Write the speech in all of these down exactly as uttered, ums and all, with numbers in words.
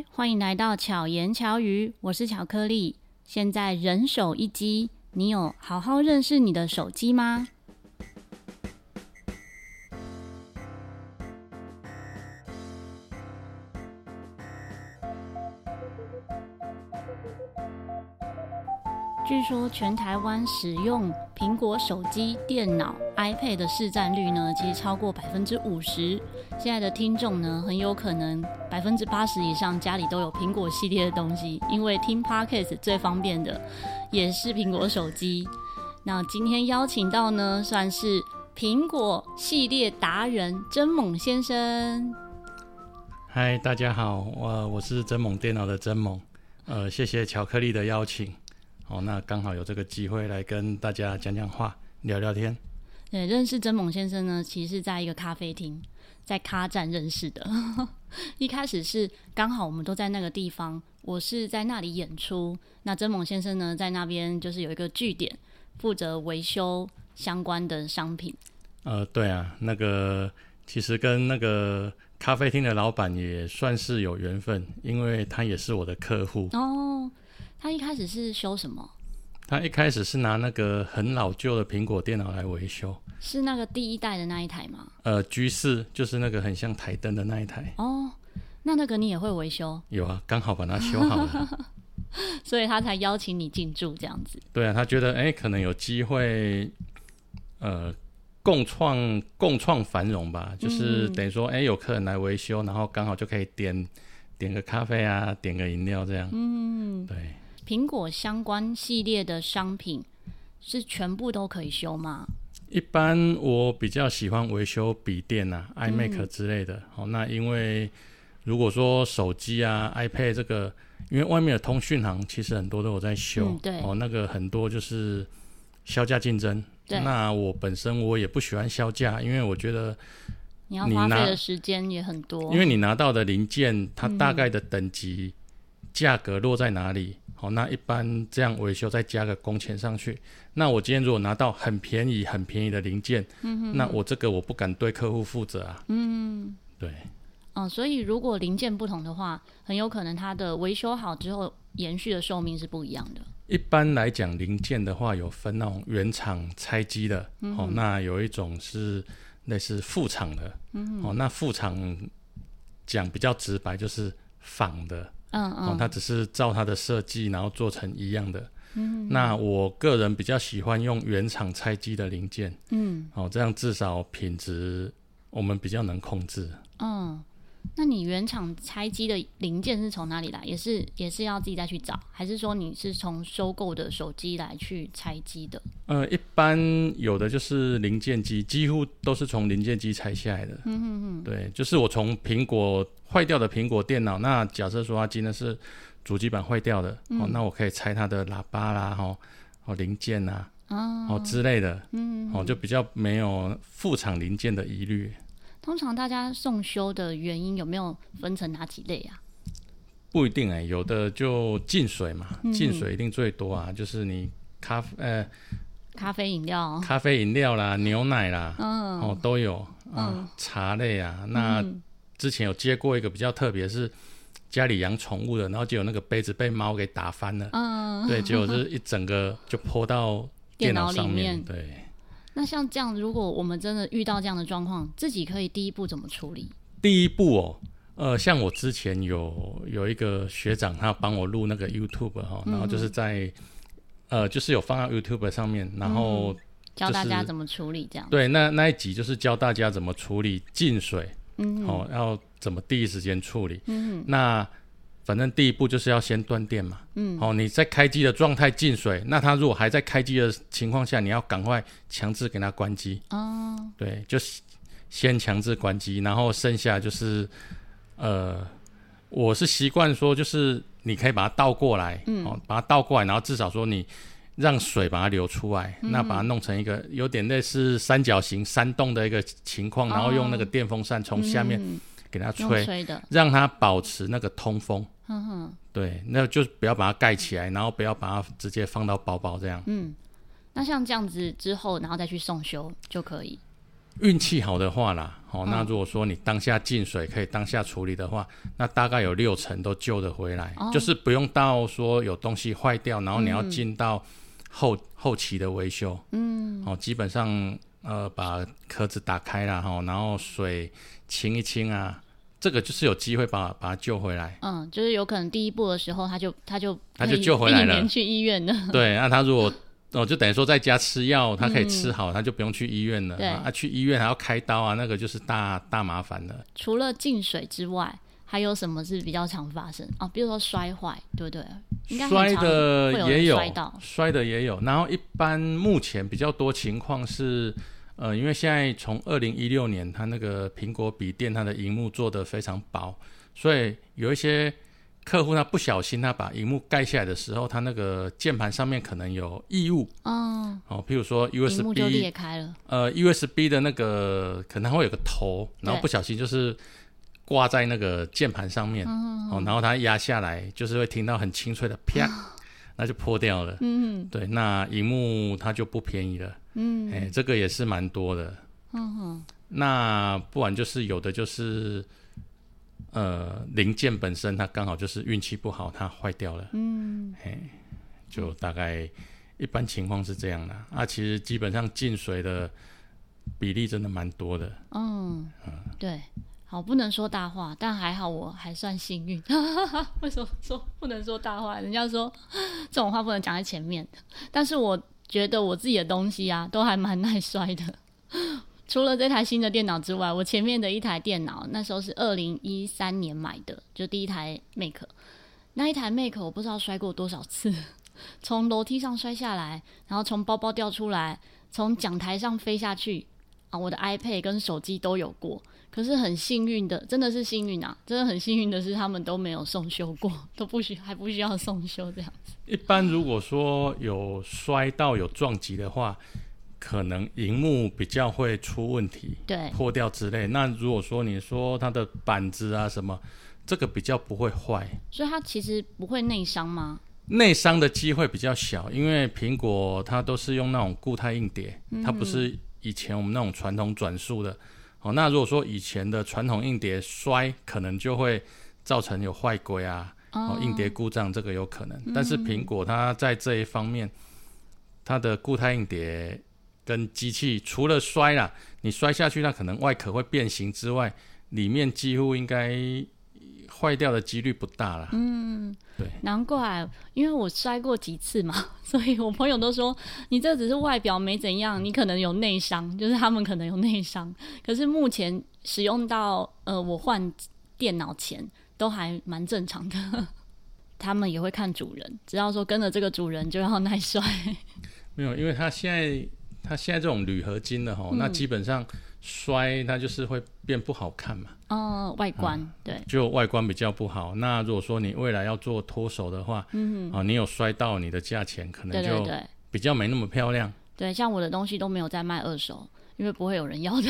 嗨，欢迎来到巧言巧语，我是巧克力。现在人手一机，你有好好认识你的手机吗？据说全台湾使用苹果手机、电脑、iPad 的市占率呢，其实超过百分之五十。现在的听众呢，很有可能百分之八十以上家里都有苹果系列的东西，因为听 Podcast 最方便的也是苹果手机。那今天邀请到呢，算是苹果系列达人真猛先生。 嗨，大家好，我我是真猛电脑的真猛，呃，谢谢巧克力的邀请。好，那刚好有这个机会来跟大家讲讲话，聊聊天。 对，认识真猛先生呢，其实是在一个咖啡厅，在咖站认识的。一开始是刚好我们都在那个地方，我是在那里演出，那真猛先生呢在那边就是有一个据点，负责维修相关的商品。 呃，对啊，那个其实跟那个咖啡厅的老板也算是有缘分，因为他也是我的客户。 哦，他一开始是修什么？ 他一开始是拿那个很老旧的苹果电脑来维修， 是那个第一代的那一台吗？ 呃 G 四 就是那个很像台灯的那一台。 哦，那那个你也会维修？ 有啊，刚好把它修好了。 所以他才邀请你进驻这样子。 对啊，他觉得哎，可能有机会，呃，共创共创繁荣吧，就是等于说哎，有客人来维修，然后刚好就可以点点个咖啡啊，点个饮料这样。嗯，对。 苹果相关系列的商品是全部都可以修吗？ 一般我比较喜欢维修笔电啊、嗯、iMac 之类的。好，那因为如果说手机啊、iPad 这个，因为外面的通讯行其实很多都有在修，嗯、对，哦，那个很多就是销价竞争。那我本身我也不喜欢销价，因为我觉得你要花费的时间也很多， 因为你拿到的零件，它大概的等级、价格落在哪里？好，那一般这样维修再加个工钱上去，那我今天如果拿到很便宜很便宜的零件，嗯、哼哼那我这个我不敢对客户负责啊。嗯，对。 嗯，所以如果零件不同的话，很有可能它的维修好之后延续的寿命是不一样的。 一般来讲，零件的话有分那种原厂拆机的，嗯哦、那有一种是类似副厂的，嗯哦、那副厂讲比较直白就是仿的。嗯嗯哦，它只是照它的设计，然后做成一样的。嗯，那我个人比较喜欢用原厂拆机的零件。嗯，哦，这样至少品质我们比较能控制。 嗯，那你原厂拆机的零件是从哪里来？也是也是要自己再去找，还是说你是从收购的手机来去拆机的？呃， 一般有的就是零件机，几乎都是从零件机拆下来的。嗯哼哼，对，就是我从苹果坏掉的苹果电脑，那假设说它今天是主机板坏掉的，嗯哦，那我可以拆它的喇叭啦，哦哦零件啊，哦, 哦之类的，嗯哦，就比较没有副厂零件的疑虑。 通常大家送修的原因有没有分成哪几类啊？ 不一定哎、欸，有的就进水嘛，进、嗯、水一定最多啊，就是你咖啡呃咖啡饮料、 咖啡饮料啦、牛奶啦，嗯哦都有，嗯、呃、茶类啊。那之前有接过一个比较特别，是家里养宠物的，然后就有那个杯子被猫给打翻了，嗯，对，结果就是一整个就泼到电脑上面， 电脑里面，对。那像这样，如果我们真的遇到这样的状况，自己可以第一步怎么处理？ 第一步哦，呃，像我之前有有一个学长，他帮我录那个 YouTube 哈、哦，然后就是在、嗯、呃，就是有放到 YouTube 上面，然后、就是嗯、 教大家怎么处理这样。 对，那那一集就是教大家怎么处理进水，嗯，哦，要怎么第一时间处理。嗯，那反正第一步就是要先断电嘛，嗯，哦，你在开机的状态进水，那它如果还在开机的情况下，你要赶快强制给它关机，哦，对，就先强制关机，然后剩下就是，呃，我是习惯说，就是你可以把它倒过来，嗯，哦，把它倒过来，然后至少说你让水把它流出来，嗯，那把它弄成一个有点类似三角形山洞的一个情况，哦，然后用那个电风扇从下面给它吹，吹让它保持那个通风。呵呵，对，那就不要把它盖起来，然后不要把它直接放到包包这样。 嗯，那像这样子之后，然后再去送修就可以。 运气好的话啦，哦，那如果说你当下进水可以当下处理的话，那大概有六成都救得回来，哦、就是不用到说有东西坏掉，然后你要进到后、嗯、后期的维修，嗯，哦，基本上呃把壳子打开啦，哈，然后水清一清啊。这个就是有机会把把它救回来， 嗯，就是有可能第一步的时候他就他就他就救回来了， 避免去医院了。 对，那他如果哦就等于说在家吃药，他可以吃好，嗯、他就不用去医院了。对啊，去医院还要开刀啊，那个就是大大麻烦了。 除了进水之外，还有什么是比较常发生啊？比如说摔坏，对不对？应该摔的也有， 摔到摔的也有。然后一般目前比较多情况是。呃，因为现在从二零一六年，它那个苹果笔电它的萤幕做得非常薄，所以有一些客户他不小心他把萤幕盖下来的时候，他那个键盘上面可能有异物，哦，哦，譬如说 U S B 萤幕就裂开了， 呃 U S B 的那个可能会有个头，然后不小心就是挂在那个键盘上面，哦，然后它压下来，就是会听到很清脆的啪。那就破掉了，嗯，对，那萤幕它就不便宜了，嗯，哎，这个也是蛮多的，嗯哼，那不然就是有的就是呃零件本身它刚好就是运气不好，它坏掉了，嗯，哎，就大概一般情况是这样的，啊，其实基本上进水的比例真的蛮多的，嗯，嗯对。好，不能说大话，但还好我还算幸运。为什么说不能说大话？人家说这种话不能讲在前面。但是我觉得我自己的东西啊，都还蛮耐摔的。除了这台新的电脑之外，我前面的一台电脑那时候是二零一三年买的，就第一台 Mac。那一台 Mac 我不知道摔过多少次，从楼梯上摔下来，然后从包包掉出来，从讲台上飞下去啊，我的 iPad 跟手机都有过。可是很幸运的，真的是幸运啊！真的很幸运的是，他们都没有送修过，都不需还不需要送修这样子。 一般如果说有摔到有撞击的话，可能萤幕比较会出问题， 对， 破掉之类。那如果说你说它的板子啊什么，这个比较不会坏， 所以它其实不会内伤吗？ 内伤的机会比较小，因为苹果它都是用那种固态硬碟，嗯、它不是以前我们那种传统转速的。哦，那如果说以前的传统硬碟摔，可能就会造成有坏轨啊，哦，硬碟故障，这个有可能。嗯、但是苹果它在这一方面，它的固态硬碟跟机器除了摔啦，你摔下去它可能外壳会变形之外，里面几乎应该坏掉的几率不大啦。嗯，对， 难怪，因为我摔过几次嘛，所以我朋友都说你这只是外表没怎样，你可能有内伤，就是他们可能有内伤。可是目前使用到呃我换电脑前都还蛮正常的。他们也会看主人，只要说跟着这个主人就要耐摔。 没有，因为他现在他现在这种铝合金的齁、嗯，那基本上摔它就是会变不好看嘛。 哦，外观、嗯、对， 就外观比较不好。那如果说你未来要做脱手的话，嗯啊，你有摔到，你的价钱可能就比较没那么漂亮。 对，像我的东西都没有在卖二手，因为不会有人要的。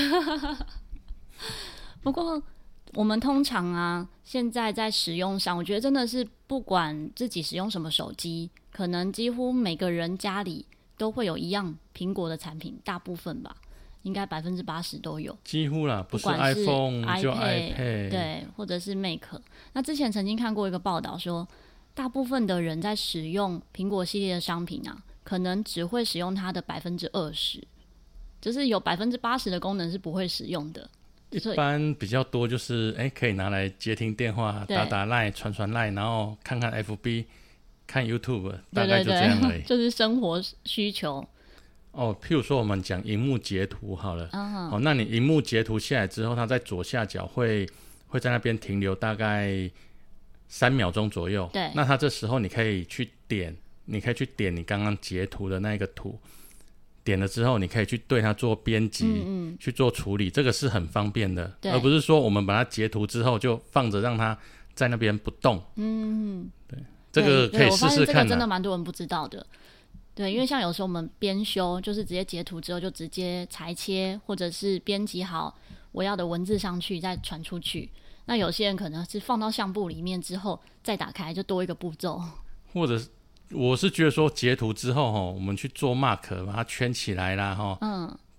不过我们通常啊，现在在使用上，我觉得真的是不管自己使用什么手机，可能几乎每个人家里都会有一样苹果的产品，大部分吧。应该百分之八十都有， 几乎啦，不是 iPhone 就 iPad， 对，或者是 Mac。那之前曾经看过一个报道说，大部分的人在使用苹果系列的商品啊，可能只会使用它的百分之二十，就是有百分之八十的功能是不会使用的。 一般比较多就是，哎、欸，可以拿来接听电话、打打 Line、传传 Line， 然后看看 F B、看 YouTube， 大概就这样而已。 对对对，就是生活需求。 哦，譬如说我们讲萤幕截图好了， uh-huh. 哦，那你萤幕截图下来之后，它在左下角会会在那边停留大概三秒钟左右。 对， 那它这时候你可以去点，你可以去点你刚刚截图的那个图，点了之后你可以去对它做编辑、嗯嗯，去做处理，这个是很方便的，而不是说我们把它截图之后就放着让它在那边不动。嗯，对，这个可以试试看、啊。我发现这个真的蛮多人不知道的。对，因为像有时候我们编修，就是直接截图之后就直接裁切，或者是编辑好我要的文字上去再传出去。那有些人可能是放到相簿里面之后再打开，就多一个步骤。 或者我是觉得说截图之后我们去做 mark 把它圈起来啦，嗯，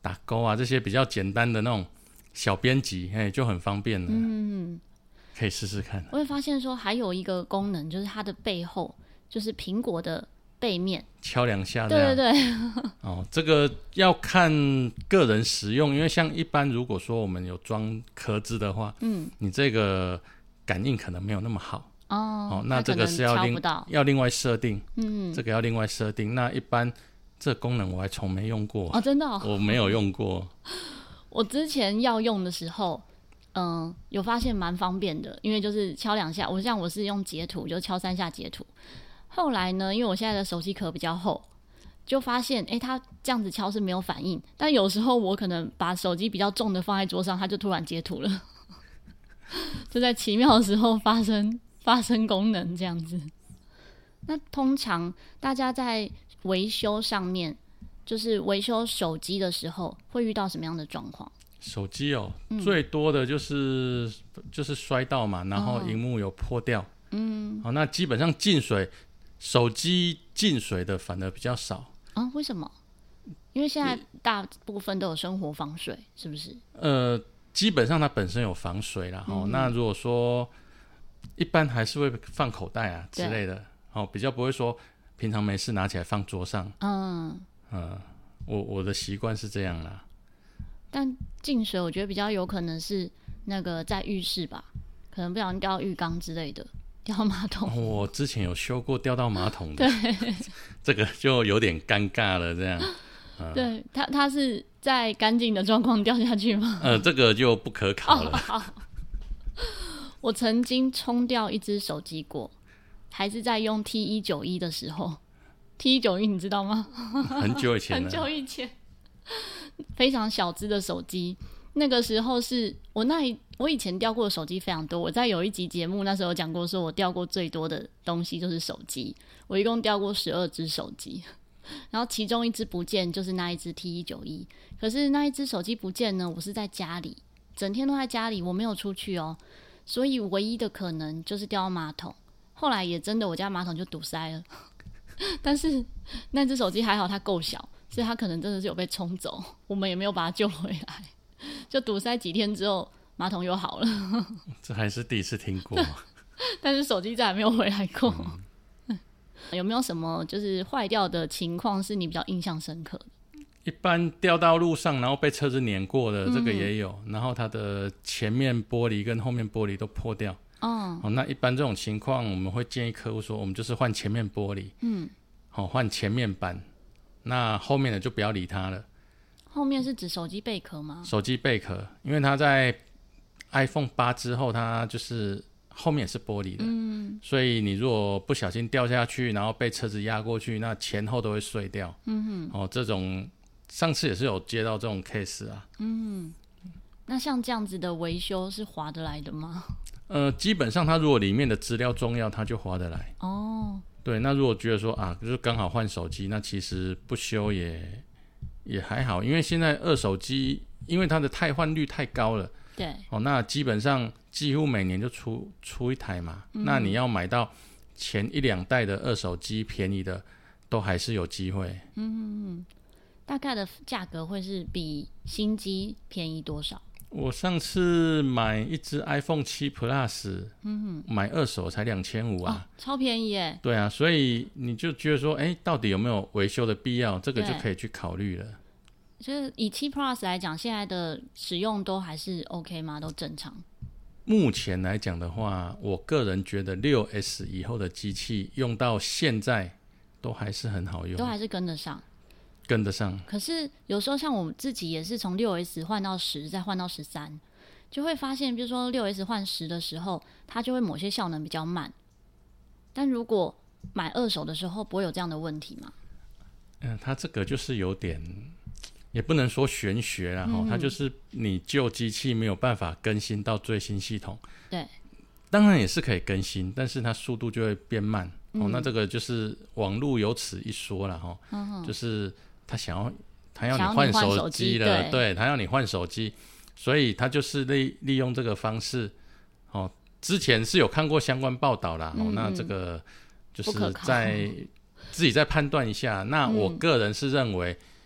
打勾啊这些比较简单的那种小编辑，嘿，就很方便了。嗯，可以试试看。 我会发现说还有一个功能，就是它的背后就是苹果的背面， 敲两下这样。 对对对。 哦，这个要看个人使用，因为像一般如果说我们有装壳子的话，嗯，你这个感应可能没有那么好。哦, 哦，那这个是要另要另外设定，嗯，这个要另外设定。那一般这个功能我还从没用过哦，真的、哦， 我没有用过。 我之前要用的时候，嗯、呃，有发现蛮方便的，因为就是敲两下，我像我是用截图，就敲三下截图。后来呢，因为我现在的手机壳比较厚，就发现哎、欸，它这样子敲是没有反应，但有时候我可能把手机比较重的放在桌上，它就突然截图了，就在奇妙的时候发生。发生功能这样子。那通常大家在维修上面，就是维修手机的时候，会遇到什么样的状况？ 手机哦、嗯，最多的就是就是摔到嘛，然后萤幕有破掉。嗯，好，那基本上进水，手机进水的反而比较少啊？为什么？因为现在大部分都有生活防水，是不是？ 呃，基本上它本身有防水啦。嗯、那如果说一般还是会放口袋啊之类的，哦，比较不会说平常没事拿起来放桌上。嗯，呃、我我的习惯是这样啦。 但进水我觉得比较有可能是那个在浴室吧，可能不小心掉到浴缸之类的，掉到马桶。 哦、我之前有修过掉到马桶的，对，这个就有点尴尬了，这样。呃、 对，它它是在干净的状况掉下去吗？ 呃，这个就不可考了。 哦，好。我曾经冲掉一只手机过，还是在用 T 一九一 的时候。T 一九一 你知道吗？ 很久以前了。 很久以前，非常小只的手机。那个时候是我那一我以前掉过的手机非常多。我在有一集节目那时候讲过，说我掉过最多的东西就是手机。我一共掉过十二只手机，然后其中一只不见，就是那一只 T 一九一。可是那一只手机不见呢，我是在家里，整天都在家里，我没有出去哦。所以唯一的可能就是掉到马桶，后来也真的我家马桶就堵塞了，但是那只手机还好它够小，所以它可能真的是有被冲走，我们也没有把它救回来，就堵塞几天之后马桶又好了。 这还是第一次听过。 但是手机再也没有回来过。嗯、有没有什么就是坏掉的情况是你比较印象深刻的？ 一般掉到路上然后被车子碾过的这个也有、嗯、然后它的前面玻璃跟后面玻璃都破掉。 哦, 哦那一般这种情况我们会建议客户说，我们就是换前面玻璃，嗯，好、哦、换前面板，那后面的就不要理它了。 后面是指手机背壳吗？ 手机背壳，因为它在 iPhone 八之后它就是后面也是玻璃的、嗯、所以你如果不小心掉下去然后被车子压过去，那前后都会碎掉。嗯哼，哦，这种上次也是有接到这种 case 啊。嗯， 那像这样子的维修是划得来的吗？ 呃，基本上它如果里面的资料重要，它就划得来。哦，对，那如果觉得说啊，就是刚好换手机，那其实不修也也还好，因为现在二手机因为它的汰换率太高了。 对， 哦，那基本上几乎每年就出出一台嘛、嗯，那你要买到前一两代的二手机便宜的，都还是有机会。 嗯。大概的价格会是比新机便宜多少？ 我上次买一只 iPhone 七 Plus， 嗯，买二手才两千五啊、 哦，超便宜耶。 对啊，所以你就觉得说，哎，到底有没有维修的必要？这个就可以去考虑了。 就是以七 Plus 来讲，现在的使用都还是 OK 吗？都正常？ 目前来讲的话，我个人觉得六 S 以后的机器用到现在都还是很好用， 都还是跟得上。 跟得上， 可是有时候像我们自己也是从六 S 换到十，再换到十三，就会发现，比如说六 S 换十的时候，它就会某些效能比较慢。但如果买二手的时候，不会有这样的问题吗？ 嗯，它这个就是有点，也不能说玄学啦，嗯、它就是你旧机器没有办法更新到最新系统。 对， 当然也是可以更新，但是它速度就会变慢。嗯、哦，那这个就是网路有此一说啦，哈、嗯，就是他想要他要你换手机了，对，对他要你换手机，所以他就是利利用这个方式。哦，之前是有看过相关报道啦，嗯、哦，那这个就是在自己再判断一下。那我个人是认为，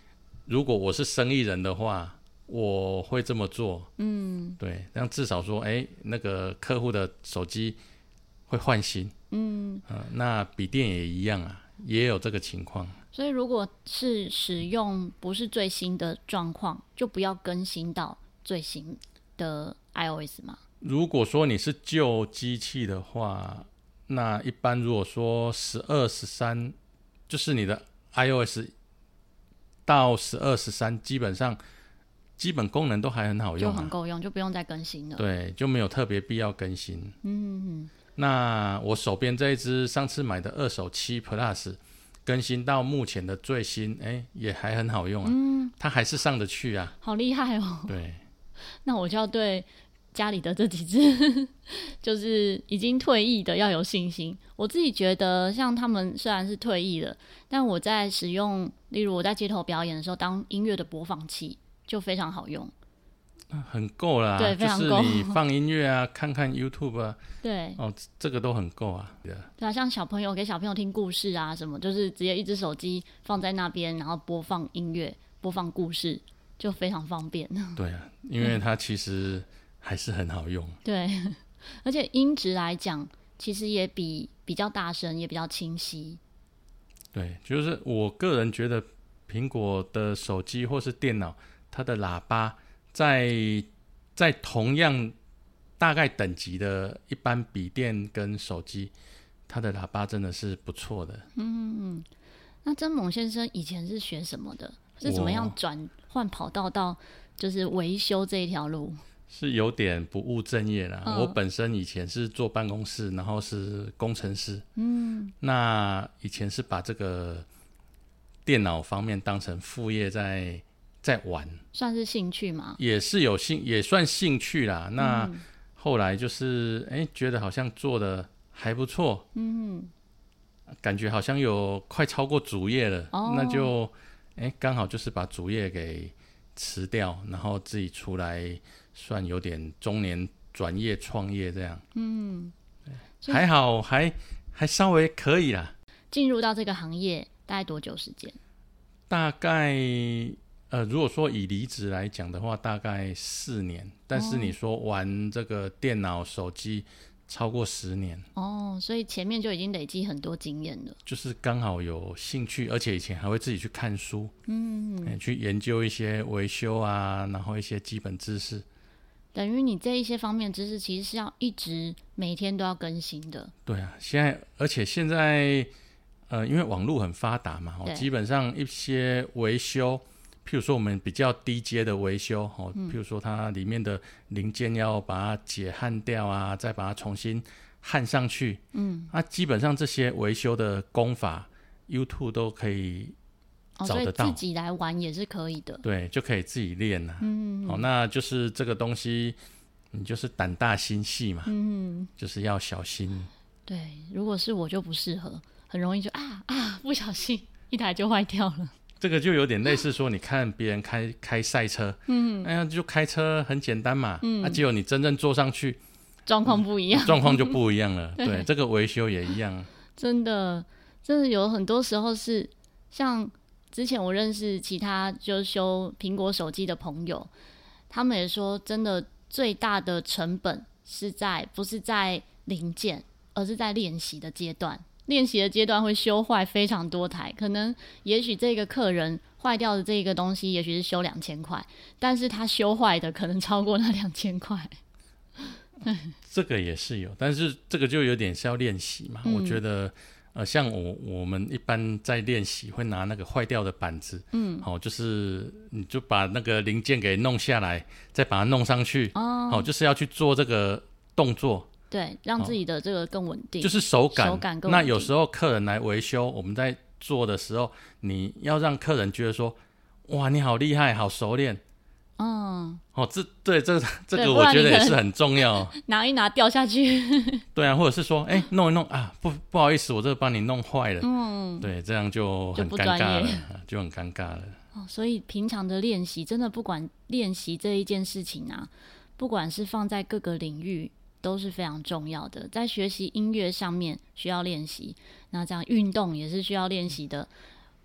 如果我是生意人的话，我会这么做。嗯，对，这样至少说，哎，那个客户的手机会换新。嗯、呃，那笔电也一样啊，也有这个情况。 所以如果是使用不是最新的状况，就不要更新到最新的 iOS 吗？ 如果说你是旧机器的话，那一般如果说十二、十三，就是你的 iOS 到十二、十三，基本上基本功能都还很好用、啊， 就很够用，就不用再更新了。 对，就没有特别必要更新。嗯，那我手边这一支上次买的二手七 Plus。更新到目前的最新，哎，也还很好用啊，嗯，它还是上得去啊， 好厉害哦。 对， 那我就要对家里的这几只就是已经退役的要有信心。我自己觉得，像他们虽然是退役了，但我在使用，例如我在街头表演的时候，当音乐的播放器就非常好用。 很够啦， 对，非常够。 就是你放音乐啊，看看 YouTube 啊， 对， 哦，这个都很够啊。 对啊，像小朋友给小朋友听故事啊，什么，就是直接一只手机放在那边，然后播放音乐、播放故事，就非常方便。 对啊，因为它其实还是很好用。 对，而且音质来讲，其实也比比较大声，也比较清晰。 对，就是我个人觉得，苹果的手机或是电脑，它的喇叭。在在同样大概等级的一般笔电跟手机，它的喇叭真的是不错的。 嗯，那曾猛先生以前是学什么的？是怎么样转换跑道到就是维修这一条路？ 是有点不务正业啦、嗯。我本身以前是坐办公室，然后是工程师。嗯，那以前是把这个电脑方面当成副业在。在玩， 算是兴趣吗？ 也是有兴，也算兴趣啦。那后来就是哎、欸，觉得好像做的还不错，嗯，感觉好像有快超过主业了，哦、那就哎刚、欸、好就是把主业给辞掉，然后自己出来算有点中年转业创业这样，嗯，还好还还稍微可以啦。 进入到这个行业大概多久时间？ 大概。呃，如果说以离职来讲的话，大概四年。但是你说玩这个电脑、手机超过十年哦，所以前面就已经累积很多经验了。 就是刚好有兴趣，而且以前还会自己去看书，嗯、欸，去研究一些维修啊，然后一些基本知识。 等于你这一些方面知识，其实是要一直每天都要更新的。 对啊，现在而且现在呃，因为网络很发达嘛，基本上一些维修。譬如说我们比较低阶的维修、哦嗯、譬如说它里面的零件要把它解焊掉啊，再把它重新焊上去，嗯，啊，基本上这些维修的功法 YouTube 都可以找得到、哦、所以自己来玩也是可以的， 对，就可以自己练啊，嗯，好、哦，那就是这个东西你就是胆大心细嘛，嗯，就是要小心。 对，如果是我就不适合，很容易就啊啊不小心一台就坏掉了。 这个就有点类似说，你看别人开开赛车，嗯，哎呀，就开车很简单嘛，嗯，啊，结果你真正坐上去， 状况不一样， 状况就不一样了。对，对，这个维修也一样。 真的，真的有很多时候是，像之前我认识其他就修苹果手机的朋友，他们也说，真的最大的成本是在不是在零件，而是在练习的阶段。练习的阶段会修坏非常多台，可能也许这个客人坏掉的这个东西也许是修两千块，但是他修坏的可能超过那两千块。 这个也是有，但是这个就有点是要练习嘛、嗯、我觉得呃，像我我们一般在练习会拿那个坏掉的板子，嗯，好、哦，就是你就把那个零件给弄下来，再把它弄上去，哦，好、哦，就是要去做这个动作。 对，让自己的这个更稳定、哦， 就是手感。 手感更稳定。 那有时候客人来维修，我们在做的时候，你要让客人觉得说，哇，你好厉害，好熟练。嗯，哦，这对这这个我觉得也是很重要。 拿一拿掉下去。 对啊，或者是说，哎、欸，弄一弄啊，不不好意思，我这个帮你弄坏了。嗯，对，这样就很尴尬了，就, 就很尴尬了。 哦，所以平常的练习，真的不管练习这一件事情啊，不管是放在各个领域。都是非常重要的，在学习音乐上面需要练习，那这样运动也是需要练习的，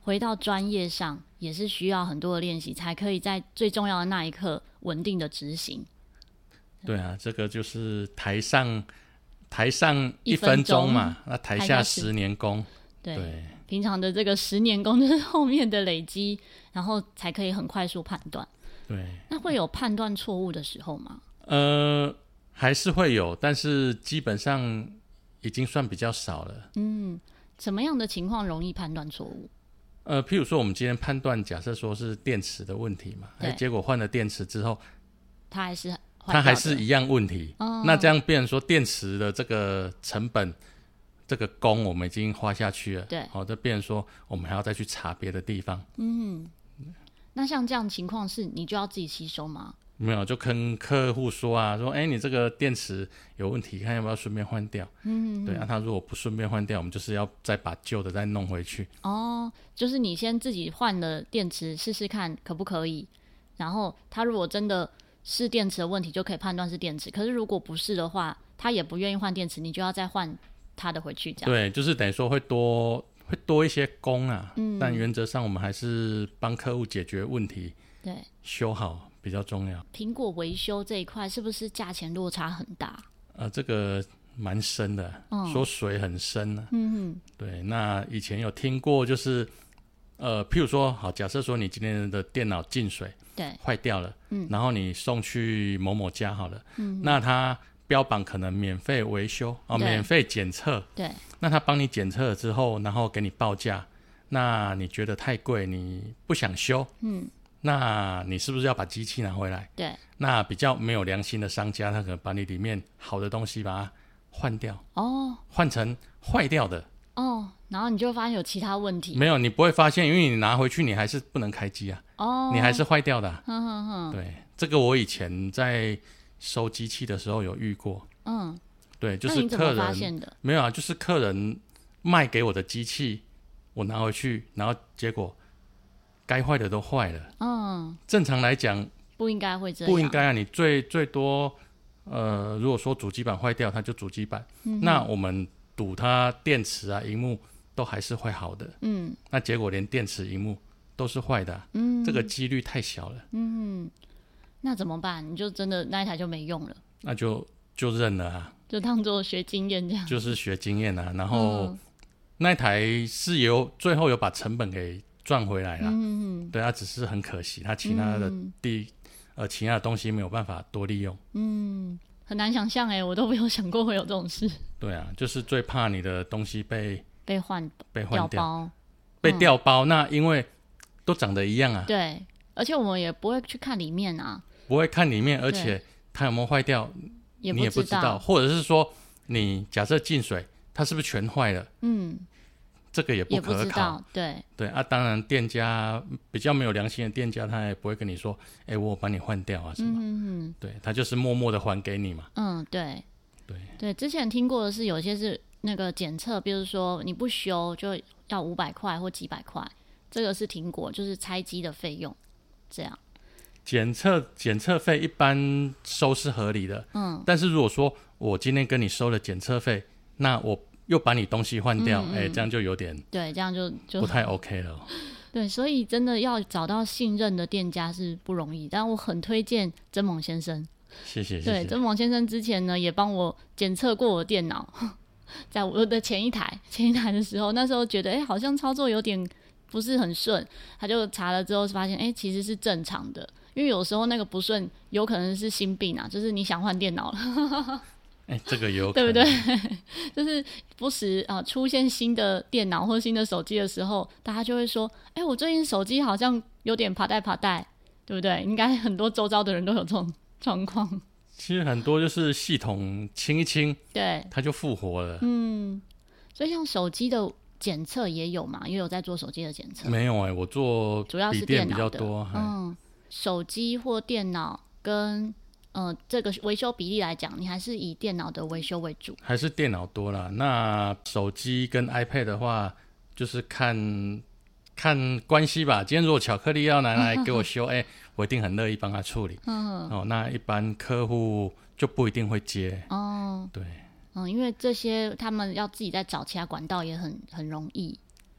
回到专业上，也是需要很多的练习，才可以在最重要的那一刻稳定的执行。 对啊，这个就是台上台上一分钟嘛，那台下十年功。 对， 对， 平常的这个十年功就是后面的累积，然后才可以很快速判断。 对， 那会有判断错误的时候吗？ 呃，还是会有，但是基本上已经算比较少了。 嗯，什么样的情况容易判断错误？ 呃，譬如说我们今天判断，假设说是电池的问题嘛，哎，结果换了电池之后， 它还是它还是一样问题。 哦， 那这样变成说电池的这个成本，这个工我们已经花下去了。 对， 好，这变成说我们还要再去查别的地方。 嗯，那像这样情况是你就要自己吸收吗？ 没有，就跟客户说啊，说，哎，你这个电池有问题，看要不要顺便换掉。嗯，对啊，他如果不顺便换掉，我们就是要再把旧的再弄回去。 哦，就是你先自己换了电池试试看可不可以，然后他如果真的是电池的问题，就可以判断是电池。可是如果不是的话，他也不愿意换电池，你就要再换他的回去，这样。 对，就是等于说会多会多一些工啊，嗯，但原则上我们还是帮客户解决问题， 对， 修好比较重要。 苹果维修这一块是不是价钱落差很大？ 呃，这个蛮深的，嗯、说水很深啊。嗯哼，对。那以前有听过，就是呃，譬如说，好，假设说你今天的电脑进水， 对， 坏掉了，嗯，然后你送去某某家好了，嗯，那他标榜可能免费维修哦，免费检测， 对， 那他帮你检测了之后，然后给你报价，那你觉得太贵，你不想修，嗯。那你是不是要把机器拿回来？ 对， 那比较没有良心的商家，他可能把你里面好的东西把它换掉，哦，换成坏掉的， 哦，然后你就会发现有其他问题。 没有，你不会发现，因为你拿回去你还是不能开机啊，哦，你还是坏掉的、啊。哼哼哼，对，这个我以前在收机器的时候有遇过，嗯，对，就是客人， 那你怎么发现的？ 没有啊，就是客人卖给我的机器，我拿回去，然后结果该坏的都坏了。嗯，正常来讲不应该会这样， 不应该啊！你最最多，呃，如果说主机板坏掉，它就主机板。嗯，那我们赌它电池啊、萤幕都还是会好的。嗯，那结果连电池、萤幕都是坏的、啊。嗯，这个几率太小了。 嗯，那怎么办？你就真的那一台就没用了？ 那就就认了啊， 就当做学经验这样。 就是学经验啊，然后、嗯、那一台是有最后有把成本给赚回来了，嗯，对，它只是很可惜，它其他的地、嗯、呃其他的东西没有办法多利用， 嗯，很难想象哎，我都没有想过会有这种事。 对啊，就是最怕你的东西被被换被换掉， 掉包被调包、嗯，那因为都长得一样啊， 对，而且我们也不会去看里面啊， 不会看里面，而且它有没有坏掉， 也你也不知道，或者是说你假设进水，它是不是全坏了？嗯。这个也不可考， 也不知道，对对啊，当然店家比较没有良心的店家，他也不会跟你说，哎、欸，我帮你换掉啊什么，嗯嗯，对他就是默默的还给你嘛。 嗯，对对对，之前听过的是有些是那个检测，比如说你不修就要五百块或几百块，这个是听过，就是拆机的费用这样。 检测检测费一般收是合理的，嗯，但是如果说我今天跟你收了检测费，那我又把你东西换掉，哎、嗯嗯欸，这样就有点对，这样就就不太 OK 了。 对，所以真的要找到信任的店家是不容易，但我很推荐曾猛先生。 谢谢，谢谢。 对，曾猛先生之前呢也帮我检测过我的电脑，在我的前一台前一台的时候，那时候觉得哎、欸，好像操作有点不是很顺，他就查了之后发现哎、欸，其实是正常的，因为有时候那个不顺有可能是心病啊，就是你想换电脑了。 哎、欸，这个有可能对不对？就是不时啊、呃、出现新的电脑或新的手机的时候，大家就会说：“哎、欸，我最近手机好像有点爬带爬带，对不对？”应该很多周遭的人都有这种状况。 其实很多就是系统清一清， 对，它就复活了。 嗯，所以像手机的检测也有嘛？也有在做手机的检测？ 没有哎、欸，我做主要是电脑比较多。 嗯，手机或电脑跟。嗯、呃，这个维修比例来讲，你还是以电脑的维修为主， 还是电脑多啦。那手机跟 iPad 的话，就是看看关系吧。今天如果巧克力要拿来给我修，哎、欸，我一定很乐意帮他处理。嗯，哦，那一般客户就不一定会接。哦，对， 嗯，因为这些他们要自己再找其他管道也很很容易。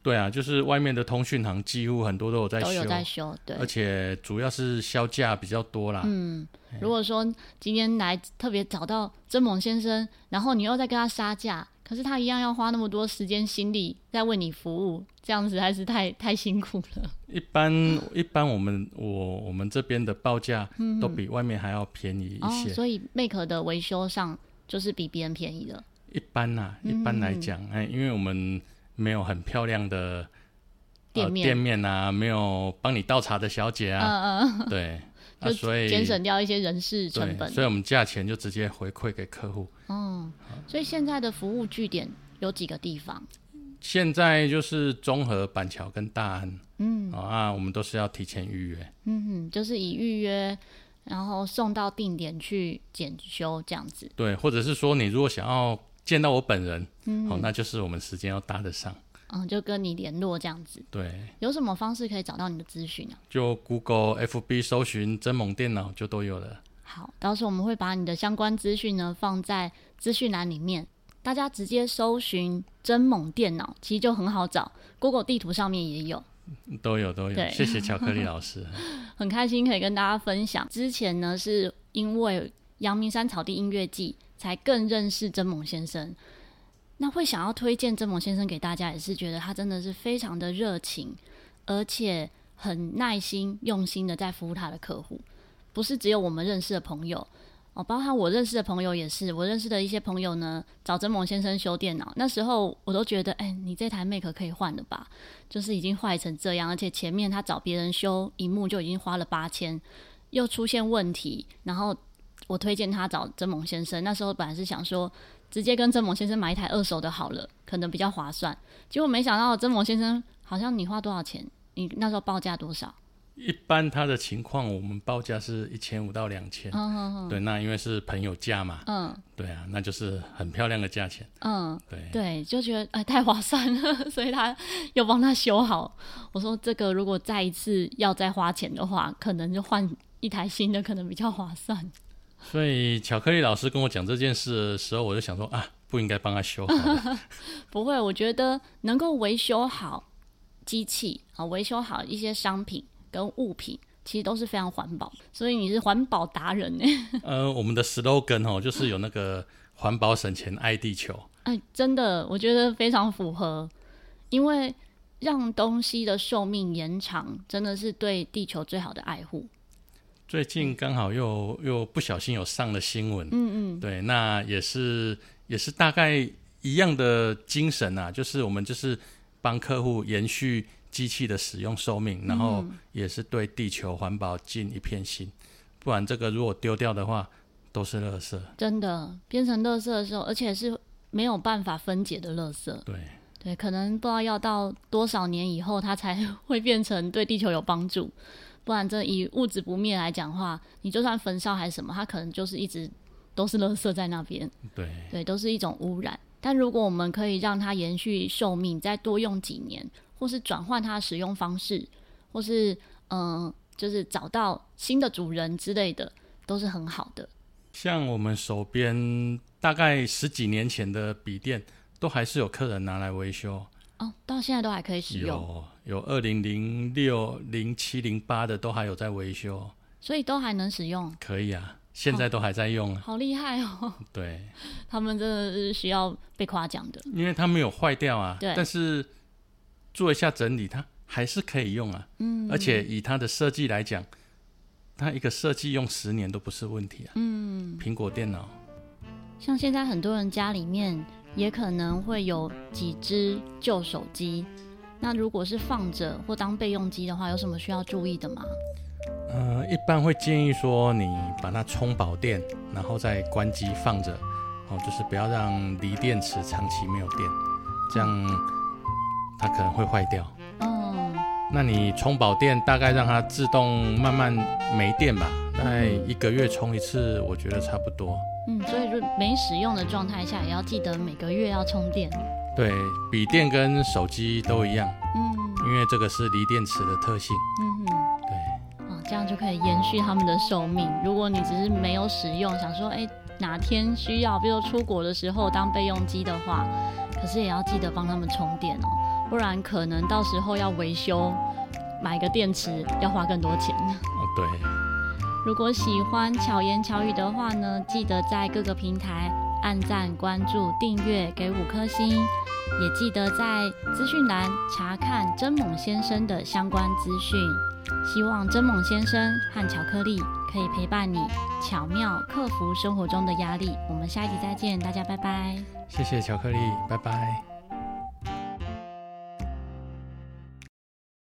对啊，就是外面的通讯行几乎很多都有在修， 都有在修，对， 而且主要是销价比较多啦。 嗯，如果说今天来特别找到真猛先生，然后你又再跟他杀价，可是他一样要花那么多时间心力在为你服务，这样实在是太太辛苦了。 一般一般我们我我们这边的报价都比外面还要便宜一些， 哦、所以 Make 的维修上就是比别人便宜的。 一般啊，一般来讲，哎、嗯，因为我们没有很漂亮的店面、 呃、店面啊，没有帮你倒茶的小姐啊，嗯嗯，对， 就减省掉一些人事成本， 所以我们价钱就直接回馈给客户。 嗯，所以现在的服务据点有几个地方？ 现在就是中和、板桥跟大安，嗯，哦、啊，我们都是要提前预约， 嗯，就是以预约，然后送到定点去检修这样子。 对，或者是说你如果想要见到我本人，嗯，哦，那就是我们时间要搭得上， 嗯，就跟你联络这样子。 对， 有什么方式可以找到你的资讯啊？ 就 Google、F B 搜寻真猛电脑就都有了。 好，到时候我们会把你的相关资讯呢放在资讯栏里面，大家直接搜寻真猛电脑，其实就很好找 ，Google 地图上面也有， 都有都有。谢谢巧克力老师， 很开心可以跟大家分享。之前呢是因为阳明山草地音乐季才更认识真猛先生，那会想要推荐真猛先生给大家，也是觉得他真的是非常的热情，而且很耐心用心的在服务他的客户，不是只有我们认识的朋友哦，包括我认识的朋友也是，我认识的一些朋友呢，找真猛先生修电脑，那时候我都觉得，哎、欸，你这台 Mac 可以换了吧？就是已经坏成这样，而且前面他找别人修萤幕就已经花了八千，又出现问题，然后我推荐他找真猛先生。那时候本来是想说，直接跟真猛先生买一台二手的好了，可能比较划算。结果没想到真猛先生好像你花多少钱？你那时候报价多少？ 一般他的情况，我们报价是一千五到两千。 嗯， 对，那因为是朋友价嘛， 嗯， 对啊，那就是很漂亮的价钱。 嗯， 对对，就觉得哎太划算了，所以他又帮他修好。我说这个如果再一次要再花钱的话，可能就换一台新的，可能比较划算。 所以巧克力老师跟我讲这件事的时候，我就想说啊，不应该帮他修好。 不会，我觉得能够维修好机器啊，维修好一些商品跟物品，其实都是非常环保，所以你是环保达人耶。 呃，我们的 slogan 哦，就是有那个环保省钱爱地球。 哎，真的，我觉得非常符合，因为让东西的寿命延长，真的是对地球最好的爱护。 最近刚好又又不小心有上了新闻， 嗯嗯， 对，那也是也是大概一样的精神啊，就是我们就是帮客户延续机器的使用寿命，然后也是对地球环保尽一片心，不然这个如果丢掉的话，都是垃圾。真的变成垃圾的时候，而且是没有办法分解的垃圾。 对对，可能不知道要到多少年以后，它才会变成对地球有帮助。不然这以物质不灭来讲的话，你就算焚烧还是什么，它可能就是一直都是垃圾在那边。 对对，都是一种污染。但如果我们可以让它延续寿命，再多用几年，或是转换它的使用方式，或是嗯、呃，就是找到新的主人之类的，都是很好的。 像我们手边大概十几年前的笔电，都还是有客人拿来维修。 哦，到现在都还可以使用。 有有二零零六、零七、零八的都还有在维修， 所以都还能使用。 可以啊，现在都还在用、啊。 好厉害哦！ 对， 他们真的是需要被夸奖的， 因为它没有坏掉啊。 对， 但是做一下整理，它还是可以用啊。嗯，而且以它的设计来讲，它一个设计用十年都不是问题啊。嗯，苹果电脑， 像现在很多人家里面也可能会有几只旧手机，那如果是放着或当备用机的话，有什么需要注意的吗？ 呃，一般会建议说你把它充饱电，然后再关机放着，哦，就是不要让锂电池长期没有电，这样它可能会坏掉。哦，那你充饱电，大概让它自动慢慢没电吧，大概一个月充一次，我觉得差不多。 嗯，所以就没使用的状态下，也要记得每个月要充电。 对，笔电跟手机都一样。嗯，因为这个是锂电池的特性。嗯哼，对。 哦，这样就可以延续他们的寿命。如果你只是没有使用，想说，哎，哪天需要，比如说出国的时候当备用机的话，可是也要记得帮他们充电哦， 不然可能到时候要维修买个电池要花更多钱。 哦，对。 如果喜欢巧言巧语的话呢，记得在各个平台按赞、关注、订阅，给五颗星，也记得在资讯栏查看真猛先生的相关资讯。希望真猛先生和巧克力可以陪伴你，巧妙克服生活中的压力。我们下一集再见，大家拜拜。 谢谢巧克力，拜拜。